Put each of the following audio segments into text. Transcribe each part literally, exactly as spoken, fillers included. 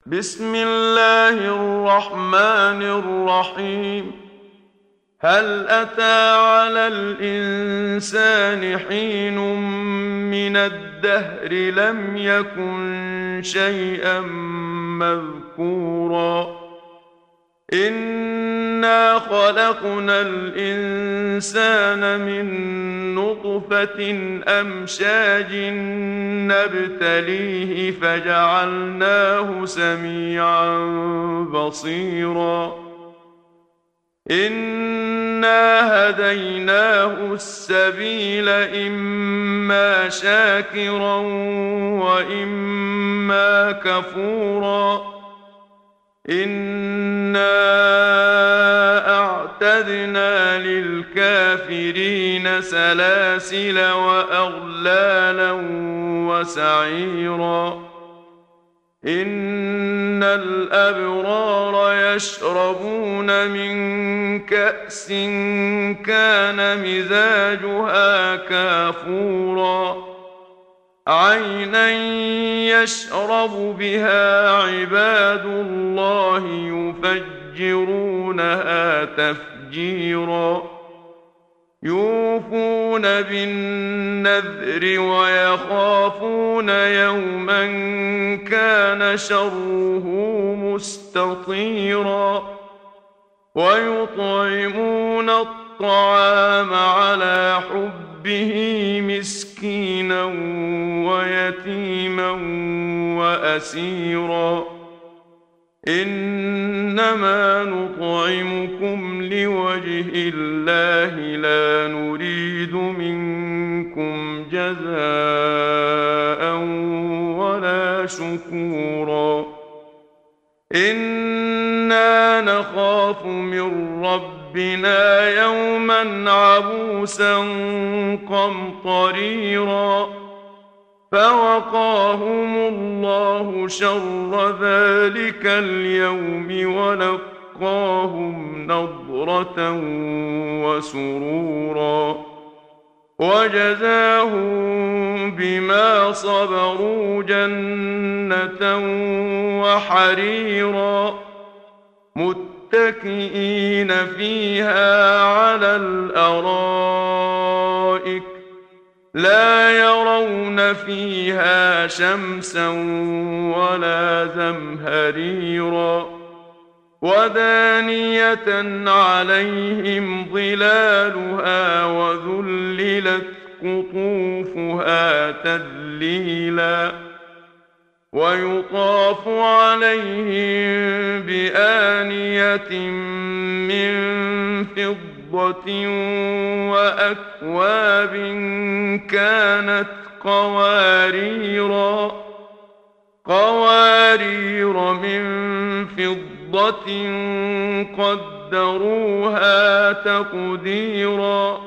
بسم الله الرحمن الرحيم. هل أتى على الإنسان حين من الدهر لم يكن شيئا مذكورا إنا خلقنا الإنسان من نطفة أمشاج نبتليه فجعلناه سميعا بصيرا إنا هديناه السبيل إما شاكرا وإما كفورا إنا أعتدنا للكافرين سلاسل وأغلالا وسعيرا إن الأبرار يشربون من كأس كان مزاجها كافورا عينا يشرب بها عباد الله يفجرونها تفجيرا يوفون بالنذر ويخافون يوما كان شره مستطيرا ويطعمون الطعام على حبه مسكينا ويتيما وأسيرا إنما نطعمكم لوجه الله لا نريد منكم جزاء ولا شكورا إنا نخاف من ربنا يوما عبوسا قمطريرا فوقاهم الله شر ذلك اليوم ولقاهم نضرة وسرورا وجزاهم بما صبروا جنة وحريرا متكئين فيها على الأرائك لا يرون فيها شمسا ولا زمهريرا ودانية عليهم ظلالها وذللت قطوفها تذليلا ويطاف عليهم بآنية من فضة وأكواب كانت قواريرا قوارير من فضة قدروها تقديرا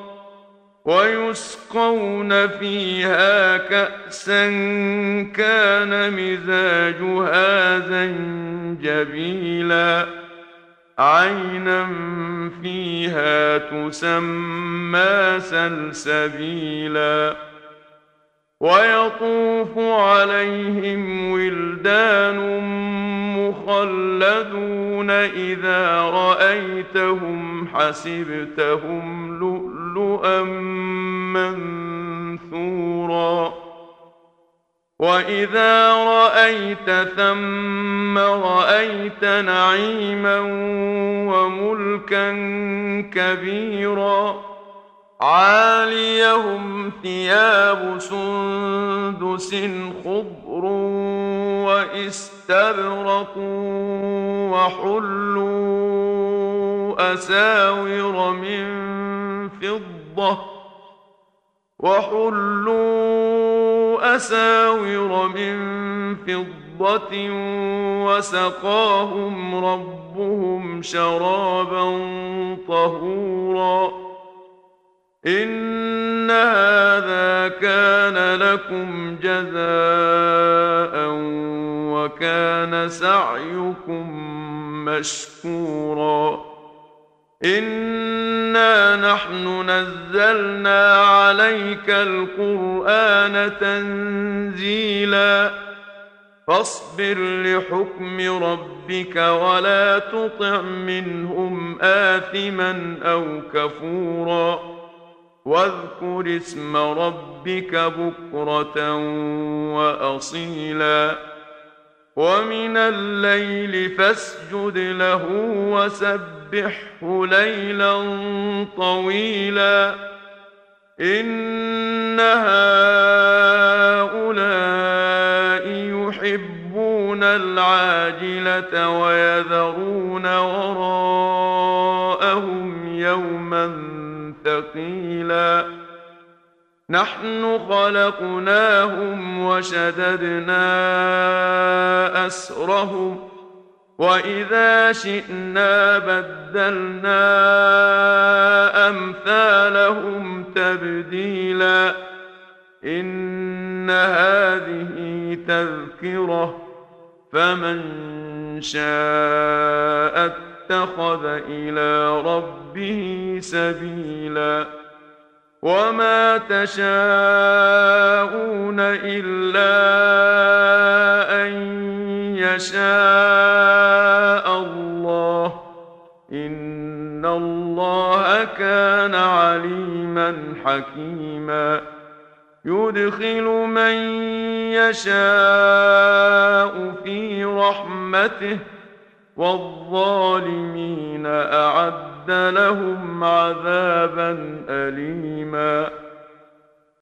ويسقون فيها كأسا كان مزاجها زنجبيلا عينا فيها تسمى سلسبيلا ويطوف عليهم ولدان مخلدون إذا رأيتهم حسبتهم لؤلؤا منثورا وإذا رأيت ثم رأيت نعيما وملكا كبيرا عاليهم ثياب سندس خضر واستبرق وحلوا أساور من فضة وحلوا أساور من فضة وسقاهم ربهم شرابا طهورا إن هذا كان لكم جزاء وكان سعيكم مشكورا إنا نحن نزلنا عليك القرآن تنزيلا فاصبر لحكم ربك ولا تطع منهم آثما أو كفورا واذكر اسم ربك بكرة وأصيلا ومن الليل فاسجد له وسبحه ليلا طويلا إن هؤلاء يحبون العاجلة ويذرون وراءهم يوما ثقيلا نحن خلقناهم وشددنا أسرهم وإذا شئنا بدلنا أمثالهم تبديلا إن هذه تذكرة فمن شاء اتخذ إلى ربه سبيلا وما تشاءون إلا أن يشاء الله إن الله كان عليما حكيما يدخل من يشاء في رحمته والظالمين أعد لهم عذابا أليما